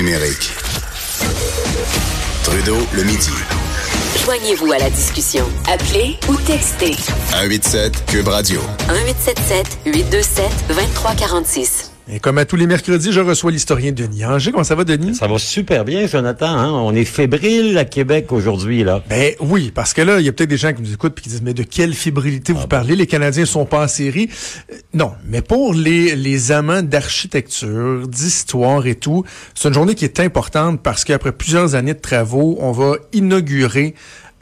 numérique. Trudeau le midi. Joignez-vous à la discussion. Appelez ou textez. 187 Cube Radio. 1877-827-2346. Et comme à tous les mercredis, je reçois l'historien Denis Anger. Comment ça va, Denis? Ça va super bien, Jonathan. Hein? On est fébrile à Québec aujourd'hui, là. Ben oui, parce que là, il y a peut-être des gens qui nous écoutent et qui disent, mais de quelle fébrilité vous parlez? Les Canadiens sont pas en série. Non, mais pour les amants d'architecture, d'histoire et tout, c'est une journée qui est importante parce qu'après plusieurs années de travaux, on va inaugurer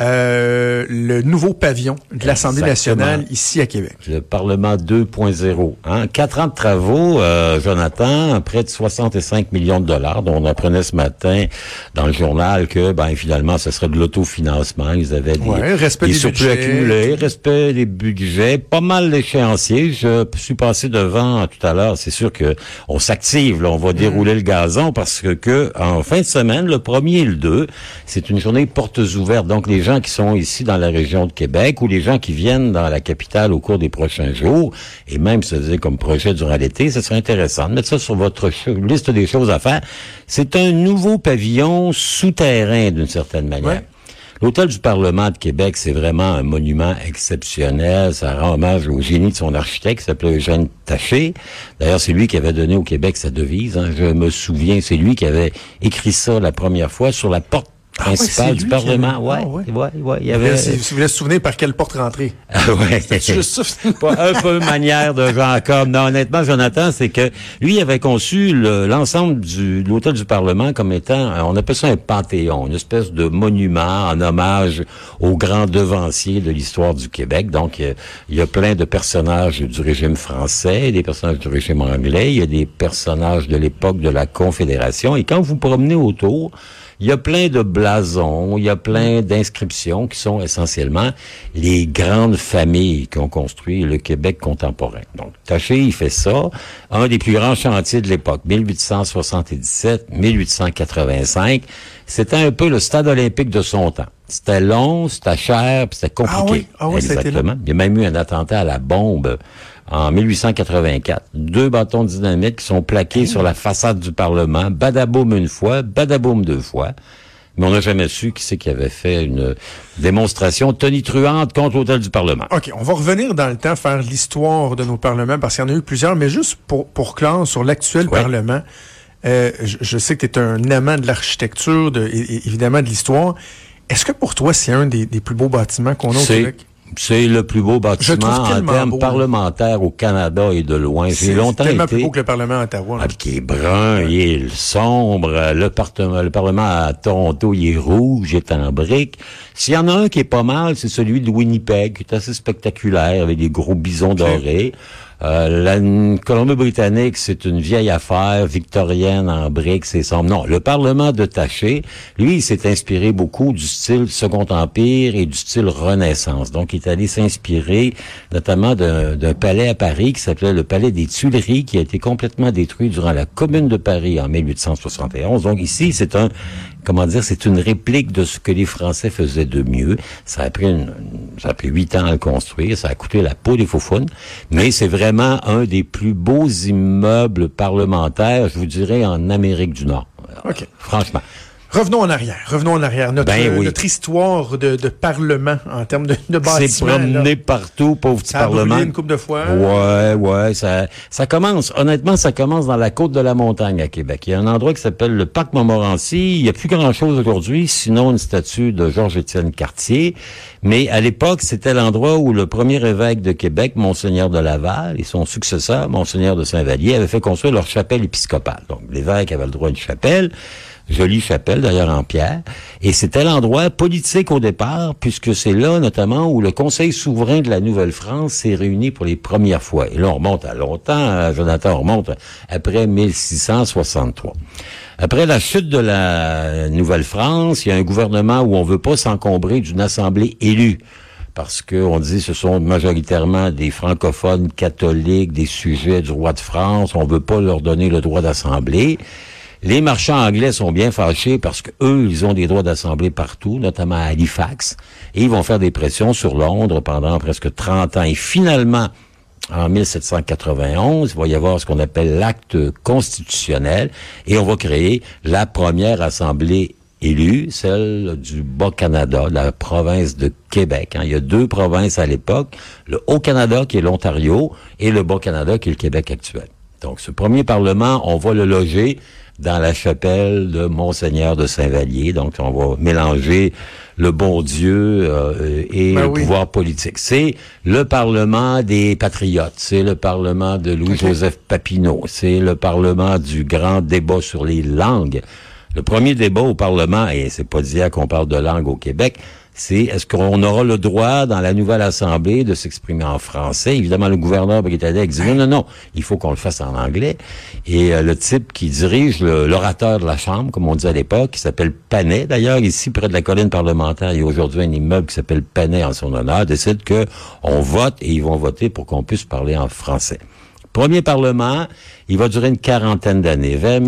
le nouveau pavillon de l'Assemblée nationale ici à Québec. Le Parlement 2.0. Hein? 4 ans de travaux, Jonathan, près de 65 millions de dollars, dont on apprenait ce matin dans le journal que, finalement, ce serait de l'autofinancement. Ils avaient des surplus accumulés, respect des budgets, pas mal d'échéanciers. Je suis passé devant tout à l'heure. C'est sûr que on s'active, là, on va dérouler le gazon parce que en fin de semaine, le 1er et le 2, c'est une journée portes ouvertes. Donc, les gens qui sont ici dans la région de Québec ou les gens qui viennent dans la capitale au cours des prochains jours, et même se faisait comme projet durant l'été, ce serait intéressant de mettre ça sur votre liste des choses à faire. C'est un nouveau pavillon souterrain d'une certaine manière. Ouais. L'Hôtel du Parlement de Québec, c'est vraiment un monument exceptionnel. Ça rend hommage au génie de son architecte qui s'appelait Eugène Taché. D'ailleurs, c'est lui qui avait donné au Québec sa devise. Hein. Je me souviens, c'est lui qui avait écrit ça la première fois sur la porte principal du Parlement. Ouais. Il y avait... Si vous voulez se souvenir par quelle porte rentrer. C'est juste ça. Pas un peu manière de Jacob. Non, honnêtement, Jonathan, c'est que lui il avait conçu l'ensemble de l'Hôtel du Parlement comme étant, on appelle ça un panthéon, une espèce de monument en hommage aux grands devanciers de l'histoire du Québec. Donc, il y a plein de personnages du régime français, des personnages du régime anglais, il y a des personnages de l'époque de la Confédération. Et quand vous promenez autour, il y a plein de blasons, il y a plein d'inscriptions qui sont essentiellement les grandes familles qui ont construit le Québec contemporain. Donc, Taché, il fait ça. Un des plus grands chantiers de l'époque, 1877-1885. C'était un peu le stade olympique de son temps. C'était long, c'était cher, puis c'était compliqué. Ah oui, exactement. Il y a même eu un attentat à la bombe en 1884. 2 bâtons de dynamite qui sont plaqués sur la façade du Parlement. Badaboum une fois, badaboum 2 fois. Mais on n'a jamais su qui c'est qui avait fait une démonstration tonitruante contre l'Hôtel du Parlement. OK, on va revenir dans le temps, faire l'histoire de nos parlements, parce qu'il y en a eu plusieurs, mais juste pour clore sur l'actuel Parlement, je sais que tu es un amant de l'architecture, évidemment de l'histoire. Est-ce que pour toi, c'est un des plus beaux bâtiments qu'on a au Québec? C'est le plus beau bâtiment en termes parlementaires au Canada et de loin. J'ai longtemps été... C'est tellement plus beau que le Parlement à Ottawa. Qui est brun, il est sombre. Le Parlement à Toronto, il est rouge, il est en briques. S'il y en a un qui est pas mal, c'est celui de Winnipeg, qui est assez spectaculaire, avec des gros bisons dorés. La Colombie-Britannique, c'est une vieille affaire victorienne en briques, c'est sombre. Non, le Parlement de Taché, lui, il s'est inspiré beaucoup du style Second Empire et du style Renaissance. Donc, il est allé s'inspirer notamment d'un palais à Paris qui s'appelait le Palais des Tuileries, qui a été complètement détruit durant la Commune de Paris en 1871. Donc, ici, c'est une réplique de ce que les Français faisaient de mieux. Ça a pris 8 ans à le construire, ça a coûté la peau des faufounes, mais c'est vraiment un des plus beaux immeubles parlementaires, je vous dirais, en Amérique du Nord. OK. Franchement. Revenons en arrière. Notre histoire de Parlement en termes de bâtiment. C'est promené partout, pauvre petit Parlement. Ça a brûlé une couple de fois. Ouais. Ça commence, honnêtement, ça commence dans la côte de la montagne à Québec. Il y a un endroit qui s'appelle le Parc Montmorency. Il n'y a plus grand-chose aujourd'hui, sinon une statue de Georges-Étienne Cartier. Mais à l'époque, c'était l'endroit où le premier évêque de Québec, Monseigneur de Laval, et son successeur, Monseigneur de Saint-Vallier, avaient fait construire leur chapelle épiscopale. Donc, l'évêque avait le droit à une chapelle. Jolie chapelle, d'ailleurs en pierre. Et c'était l'endroit politique au départ, puisque c'est là, notamment, où le Conseil souverain de la Nouvelle-France s'est réuni pour les premières fois. Et là, on remonte à longtemps, Jonathan, on remonte après 1663. Après la chute de la Nouvelle-France, il y a un gouvernement où on veut pas s'encombrer d'une assemblée élue. Parce que on dit ce sont majoritairement des francophones catholiques, des sujets du roi de France. On veut pas leur donner le droit d'assemblée. Les marchands anglais sont bien fâchés parce que eux, ils ont des droits d'assemblée partout, notamment à Halifax, et ils vont faire des pressions sur Londres pendant presque 30 ans. Et finalement, en 1791, il va y avoir ce qu'on appelle l'acte constitutionnel et on va créer la première assemblée élue, celle du Bas-Canada, de la province de Québec. Il y a 2 provinces à l'époque, le Haut-Canada qui est l'Ontario et le Bas-Canada qui est le Québec actuel. Donc ce premier parlement, on va le loger dans la chapelle de Monseigneur de Saint-Vallier. Donc, on va mélanger le bon Dieu et le pouvoir politique. C'est le Parlement des Patriotes. C'est le Parlement de Louis-Joseph Papineau. C'est le Parlement du grand débat sur les langues. Le premier débat au Parlement, et c'est pas d'hier qu'on parle de langue au Québec, c'est est-ce qu'on aura le droit dans la nouvelle Assemblée de s'exprimer en français? Évidemment, le gouverneur britannique dit non, il faut qu'on le fasse en anglais. Et le type qui dirige l'orateur de la Chambre, comme on dit à l'époque, qui s'appelle Panay, d'ailleurs, ici, près de la colline parlementaire, il y a aujourd'hui un immeuble qui s'appelle Panay en son honneur, décide que on vote et ils vont voter pour qu'on puisse parler en français. Premier Parlement, il va durer une quarantaine d'années. Vers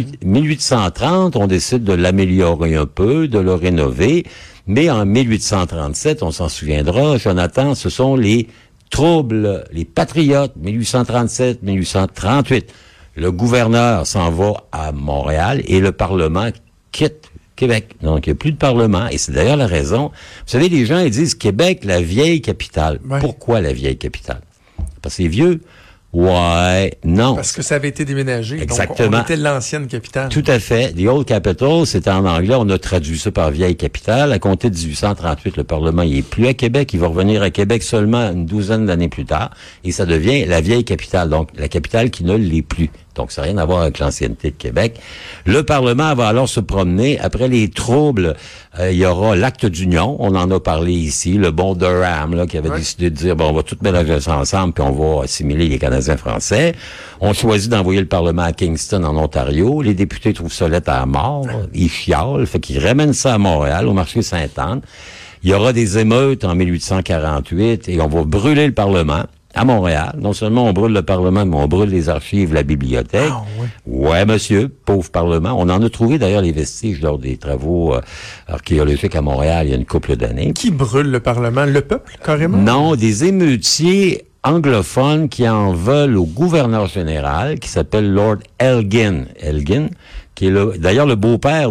1830, on décide de l'améliorer un peu, de le rénover. Mais en 1837, on s'en souviendra, Jonathan, ce sont les troubles, les patriotes, 1837, 1838. Le gouverneur s'en va à Montréal et le Parlement quitte Québec. Donc, il n'y a plus de Parlement. Et c'est d'ailleurs la raison. Vous savez, les gens, ils disent Québec, la vieille capitale. Ouais. Pourquoi la vieille capitale? Parce que c'est vieux. Ouais, non. Parce que ça avait été déménagé. Exactement. Donc, on était l'ancienne capitale. Tout à fait. The Old Capital, c'était en anglais. On a traduit ça par vieille capitale. À compter de 1838, le Parlement, il est plus à Québec. Il va revenir à Québec seulement une douzaine d'années plus tard. Et ça devient la vieille capitale. Donc, la capitale qui ne l'est plus. Donc, ça n'a rien à voir avec l'ancienneté de Québec. Le Parlement va alors se promener. Après les troubles, il y aura l'acte d'union. On en a parlé ici. Le bon Durham, là, qui avait décidé de dire, bon, on va tout mélanger ça ensemble, puis on va assimiler les Canadiens français. On choisit d'envoyer le Parlement à Kingston, en Ontario. Les députés trouvent ça lettre à mort. Ils chialent. Fait qu'ils ramènent ça à Montréal, au marché Sainte-Anne. Il y aura des émeutes en 1848 et on va brûler le Parlement. À Montréal. Non seulement on brûle le Parlement, mais on brûle les archives, la bibliothèque. Ah, oui. Ouais, monsieur, pauvre Parlement. On en a trouvé d'ailleurs les vestiges lors des travaux archéologiques à Montréal il y a une couple d'années. Qui brûle le Parlement? Le peuple, carrément? Non, des émeutiers anglophones qui en veulent au gouverneur général, qui s'appelle Lord Elgin. Elgin, qui est d'ailleurs le beau-père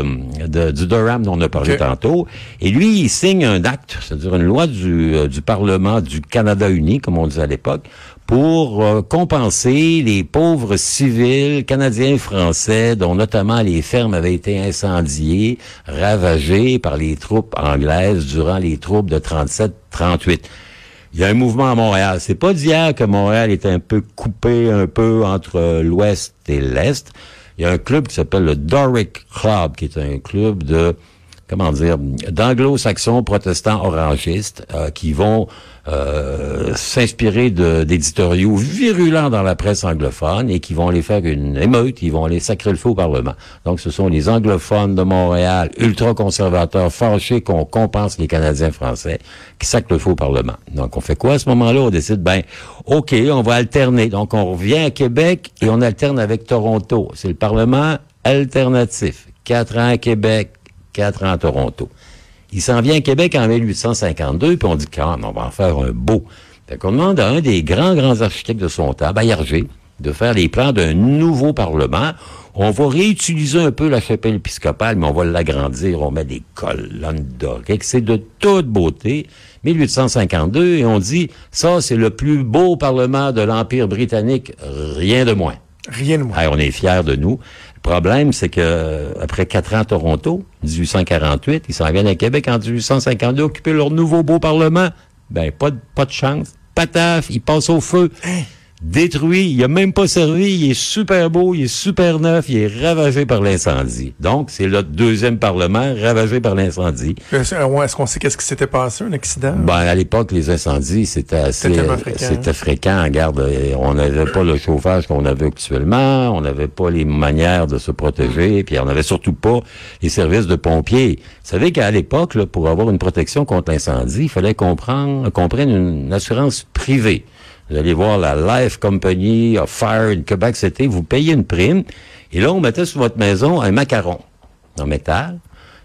du Durham dont on a parlé tantôt. Et lui, il signe un acte, c'est-à-dire une loi du Parlement du Canada uni, comme on disait à l'époque, pour compenser les pauvres civils canadiens et français, dont notamment les fermes avaient été incendiées, ravagées par les troupes anglaises durant les troubles de 37-38. Il y a un mouvement à Montréal. C'est pas d'hier que Montréal est un peu coupé un peu entre l'Ouest et l'Est. Il y a un club qui s'appelle le Doric Club, qui est un club d'anglo-saxons protestants orangistes qui vont s'inspirer d'éditoriaux virulents dans la presse anglophone et qui vont aller faire une émeute, ils vont aller sacrer le feu au Parlement. Donc, ce sont les anglophones de Montréal, ultra-conservateurs, fâchés qu'on compense les Canadiens français, qui sacrent le feu au Parlement. Donc, on fait quoi à ce moment-là? On décide, OK, on va alterner. Donc, on revient à Québec et on alterne avec Toronto. C'est le Parlement alternatif. 4 ans à Québec, 4 ans à Toronto. Il s'en vient à Québec en 1852, puis on dit, on va en faire un beau. Fait qu'on demande à un des grands architectes de son temps, Baillarger, de faire les plans d'un nouveau Parlement. On va réutiliser un peu la chapelle épiscopale, mais on va l'agrandir, on met des colonnes doriques. C'est de toute beauté. 1852, et on dit, ça, c'est le plus beau Parlement de l'Empire britannique, rien de moins. Rien de moins. On est fiers de nous. Le problème, c'est que après 4 ans à Toronto, 1848, ils s'en viennent à Québec en 1852, occuper leur nouveau beau Parlement. Pas de chance. Pataf, ils passent au feu. Détruit, il a même pas servi, il est super beau, il est super neuf, il est ravagé par l'incendie. Donc, c'est le deuxième Parlement ravagé par l'incendie. Est-ce qu'on sait qu'est-ce qui s'était passé, un accident? À l'époque, les incendies, c'était fréquent. Regarde, on n'avait pas le chauffage qu'on avait actuellement, on n'avait pas les manières de se protéger, puis on n'avait surtout pas les services de pompiers. Vous savez qu'à l'époque, là, pour avoir une protection contre l'incendie, il fallait qu'on prenne une assurance privée. Vous allez voir la Life Company of Fire in Quebec City, vous payez une prime, et là, on mettait sur votre maison un macaron en métal,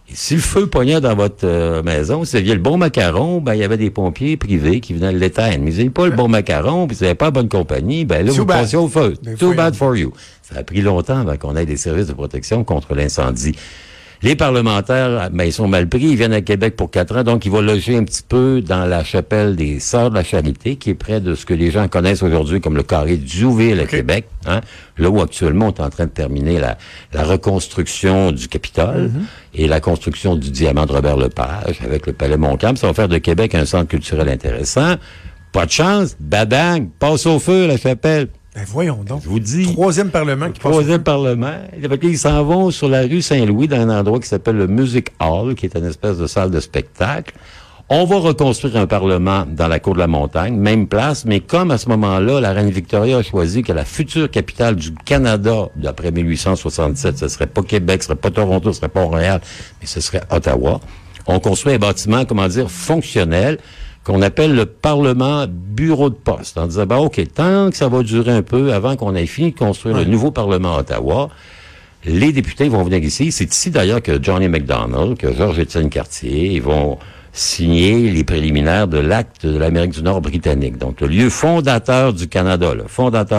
Et si le feu pognait dans votre maison, si vous aviez le bon macaron, ben il y avait des pompiers privés qui venaient l'éteindre. Mais vous n'avez pas le bon macaron, puis vous n'avez pas la bonne compagnie, ben là, vous passiez au feu. Too bad for you. Ça a pris longtemps avant qu'on ait des services de protection contre l'incendie. Les parlementaires, ben, ils sont mal pris. Ils viennent à Québec pour 4 ans, donc ils vont loger un petit peu dans la chapelle des Sœurs de la Charité, qui est près de ce que les gens connaissent aujourd'hui comme le carré Duville à Québec, hein, là où actuellement on est en train de terminer la reconstruction du Capitole et la construction du diamant de Robert Lepage avec le Palais Montcalm. Ça va faire de Québec un centre culturel intéressant. Pas de chance, badang, passe au feu la chapelle. Ben voyons donc. Je vous dis. Troisième Parlement qui passe. Troisième Parlement. Ils s'en vont sur la rue Saint-Louis dans un endroit qui s'appelle le Music Hall, qui est une espèce de salle de spectacle. On va reconstruire un Parlement dans la cour de la Montagne, même place, mais comme à ce moment-là, la reine Victoria a choisi que la future capitale du Canada, d'après 1867, ce serait pas Québec, ce serait pas Toronto, ce serait pas Montréal, mais ce serait Ottawa. On construit un bâtiment, fonctionnel, qu'on appelle le Parlement bureau de poste, en disant, OK, tant que ça va durer un peu avant qu'on ait fini de construire le nouveau Parlement à Ottawa, les députés vont venir ici. C'est ici, d'ailleurs, que Johnny MacDonald, que Georges-Étienne Cartier, ils vont signer les préliminaires de l'acte de l'Amérique du Nord britannique. Donc, le lieu fondateur du Canada, le fondateur,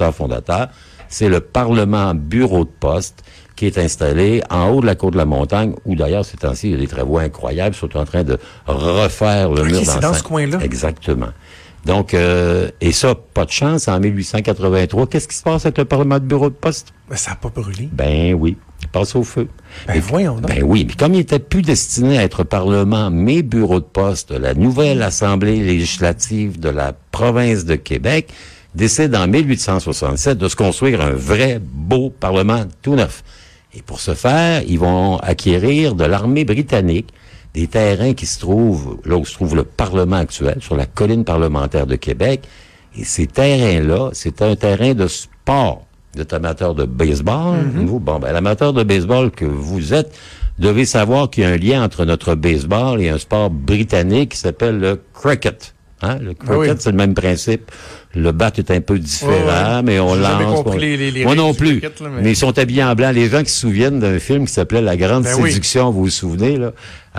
c'est le Parlement bureau de poste, qui est installé en haut de la côte de la Montagne, où d'ailleurs, ces temps-ci, il y a des travaux incroyables, ils sont en train de refaire le mur d'enceinte. C'est dans ce coin-là? Exactement. Donc, et ça, pas de chance, en 1883, qu'est-ce qui se passe avec le Parlement de bureau de poste? Ben, ça n'a pas brûlé. Ben oui, il passe au feu. Ben voyons donc. Ben oui, mais comme il était plus destiné à être Parlement, mais bureau de poste, la nouvelle Assemblée législative de la province de Québec décide en 1867 de se construire un vrai beau Parlement tout neuf. Et pour ce faire, ils vont acquérir de l'armée britannique des terrains qui se trouvent là où se trouve le Parlement actuel, sur la colline parlementaire de Québec. Et ces terrains-là, c'est un terrain de sport. Vous êtes amateur de baseball, vous? Bon, ben, l'amateur de baseball que vous êtes, devez savoir qu'il y a un lien entre notre baseball et un sport britannique qui s'appelle le cricket. Hein? Le cricket, c'est le même principe. Le bat est un peu différent, mais on lance. J'ai jamais compris les moi non plus. Cricket, là, mais ils sont habillés en blanc. Les gens qui se souviennent d'un film qui s'appelait La Grande Séduction, vous vous souvenez, là,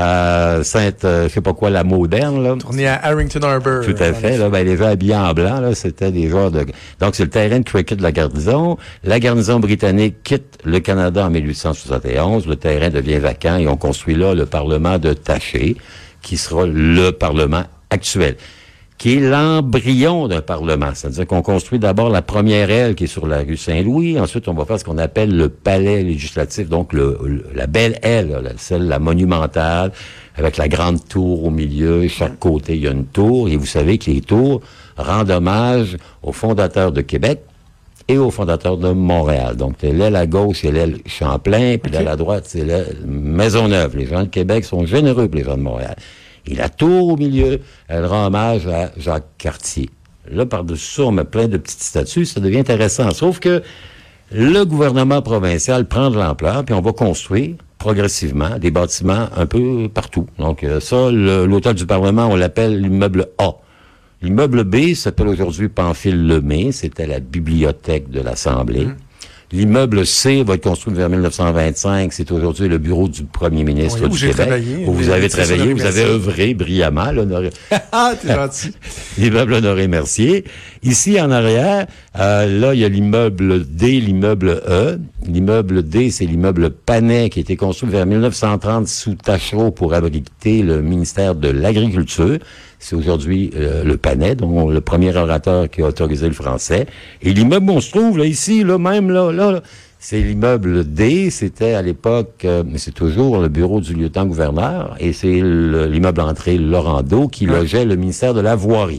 à Sainte, je sais pas quoi, la Moderne, là. Tourné à Harrington Harbour. Tout à fait, là. Ben, les gens habillés en blanc, là, c'était des joueurs de, donc c'est le terrain de cricket de la garnison. La garnison britannique quitte le Canada en 1871. Le terrain devient vacant et on construit là le Parlement de Taché, qui sera le Parlement actuel, qui est l'embryon d'un Parlement. C'est-à-dire qu'on construit d'abord la première aile qui est sur la rue Saint-Louis. Ensuite, on va faire ce qu'on appelle le palais législatif, donc la belle aile, la monumentale, avec la grande tour au milieu. Chaque côté, il y a une tour. Et vous savez que les tours rendent hommage aux fondateurs de Québec et aux fondateurs de Montréal. Donc, l'aile à gauche, c'est l'aile Champlain, puis l'aile à droite, c'est l'aile Maisonneuve. Les gens de Québec sont généreux pour les gens de Montréal. Et la tour au milieu, elle rend hommage à Jacques Cartier. Là, par-dessus ça, on met plein de petites statues, ça devient intéressant. Sauf que le gouvernement provincial prend de l'ampleur, puis on va construire progressivement des bâtiments un peu partout. Donc ça, l'hôtel du Parlement, on l'appelle l'immeuble A. L'immeuble B s'appelle aujourd'hui Pamphile Lemay, c'était la bibliothèque de l'Assemblée. L'immeuble C va être construit vers 1925. C'est aujourd'hui le bureau du premier ministre du Québec. Où vous avez travaillé, vous avez œuvré brillamment. Ah, t'es gentil. L'immeuble Honoré-Mercier. Ici, en arrière, là, il y a l'immeuble D, l'immeuble E. L'immeuble D, c'est l'immeuble Panet qui a été construit vers 1930 sous Tachereau pour abriter le ministère de l'Agriculture. C'est aujourd'hui le Panet, dont le premier orateur qui a autorisé le français. Et l'immeuble où on se trouve, là, ici, là, même là, c'est l'immeuble D. C'était à l'époque, mais c'est toujours le bureau du lieutenant-gouverneur. Et c'est l'immeuble entrée Laurando qui logeait le ministère de la Voirie,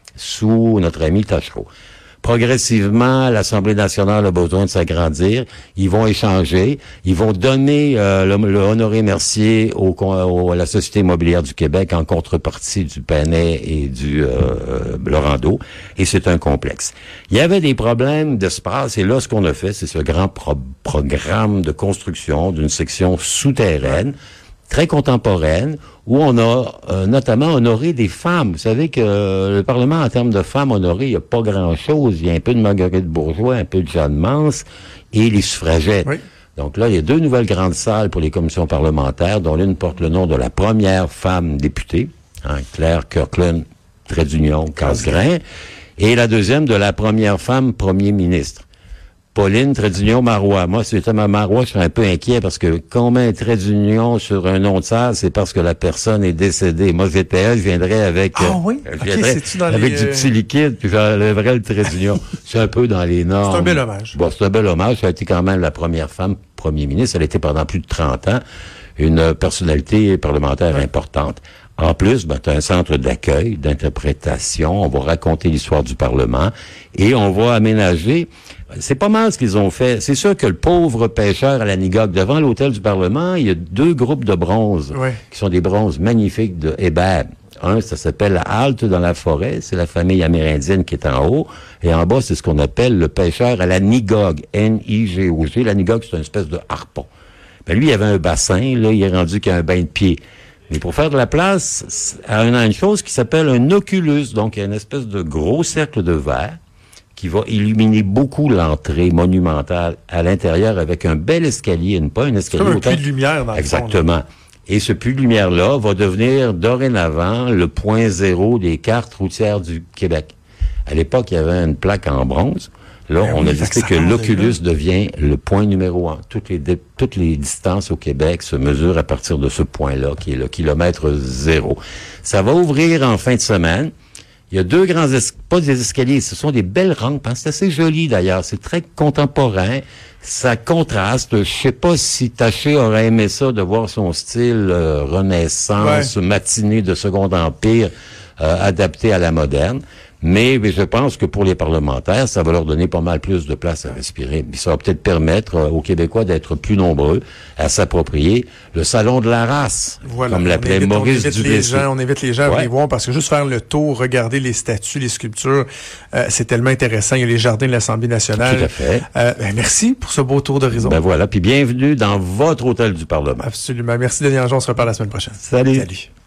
sous notre ami Tachereau. Progressivement, l'Assemblée nationale a besoin de s'agrandir. Ils vont échanger. Ils vont donner le Honoré-Mercier à la Société immobilière du Québec en contrepartie du Panet et du Laurando. Et c'est un complexe. Il y avait des problèmes d'espace. Et là, ce qu'on a fait, c'est ce grand programme de construction d'une section souterraine, très contemporaine, où on a notamment honoré des femmes. Vous savez que le Parlement, en termes de femmes honorées, il n'y a pas grand-chose. Il y a un peu de Marguerite Bourgeois, un peu de Jeanne Mance et les suffragettes. Oui. Donc là, il y a 2 nouvelles grandes salles pour les commissions parlementaires, dont l'une porte le nom de la première femme députée, Claire Kirkland, trait d'union, Casgrain, et la deuxième de la première femme premier ministre, Pauline trait d'union Marois. Moi, si j'étais ma Marois, je serais un peu inquiet parce que quand on met un trait d'union sur un nom de salle, c'est parce que la personne est décédée. Moi, je viendrais avec, avec du petit liquide, puis j'enlèverais le trait d'union. C'est un peu dans les normes. C'est un bel hommage. Bon, c'est un bel hommage. Ça a été quand même la première femme premier ministre. Elle a été pendant plus de 30 ans une personnalité parlementaire importante. En plus, tu as un centre d'accueil, d'interprétation. On va raconter l'histoire du Parlement et on va aménager. C'est pas mal ce qu'ils ont fait. C'est sûr que le pauvre pêcheur à la Nigogue, devant l'hôtel du Parlement, il y a 2 groupes de bronze qui sont des bronzes magnifiques de Hébert. Un, ça s'appelle la halte dans la forêt. C'est la famille amérindienne qui est en haut. Et en bas, c'est ce qu'on appelle le pêcheur à la Nigogue. N-I-G-O-G. La Nigogue, c'est une espèce de harpon. Ben, lui, il avait un bassin. Là, il est rendu qu'il y a un bain de pied. Mais pour faire de la place, on a une chose qui s'appelle un oculus. Donc, il y a une espèce de gros cercle de verre qui va illuminer beaucoup l'entrée monumentale à l'intérieur avec un bel escalier, pas un escalier. C'est comme un puits de lumière dans le Exactement. fond, et ce puits de lumière-là va devenir dorénavant le point zéro des cartes routières du Québec. À l'époque, il y avait une plaque en bronze. Là, on a décidé que l'Oculus devient le point numéro 1. Toutes les distances au Québec se mesurent à partir de ce point-là, qui est le kilomètre zéro. Ça va ouvrir en fin de semaine. Il y a 2 grands pas des escaliers, ce sont des belles rampes. C'est assez joli d'ailleurs, c'est très contemporain. Ça contraste. Je sais pas si Taché aurait aimé ça de voir son style Renaissance, matinée de Second Empire, adapté à la moderne. Mais je pense que pour les parlementaires, ça va leur donner pas mal plus de place à respirer. Puis ça va peut-être permettre aux Québécois d'être plus nombreux à s'approprier le salon de la race, comme l'appelait Maurice Duplessis. On invite les gens à venir voir parce que juste faire le tour, regarder les statues, les sculptures, c'est tellement intéressant. Il y a les jardins de l'Assemblée nationale. Tout à fait. Merci pour ce beau tour d'horizon. Ben voilà, puis bienvenue dans votre hôtel du Parlement. Absolument. Merci Denis Argent, on se reparle la semaine prochaine. Salut. Salut.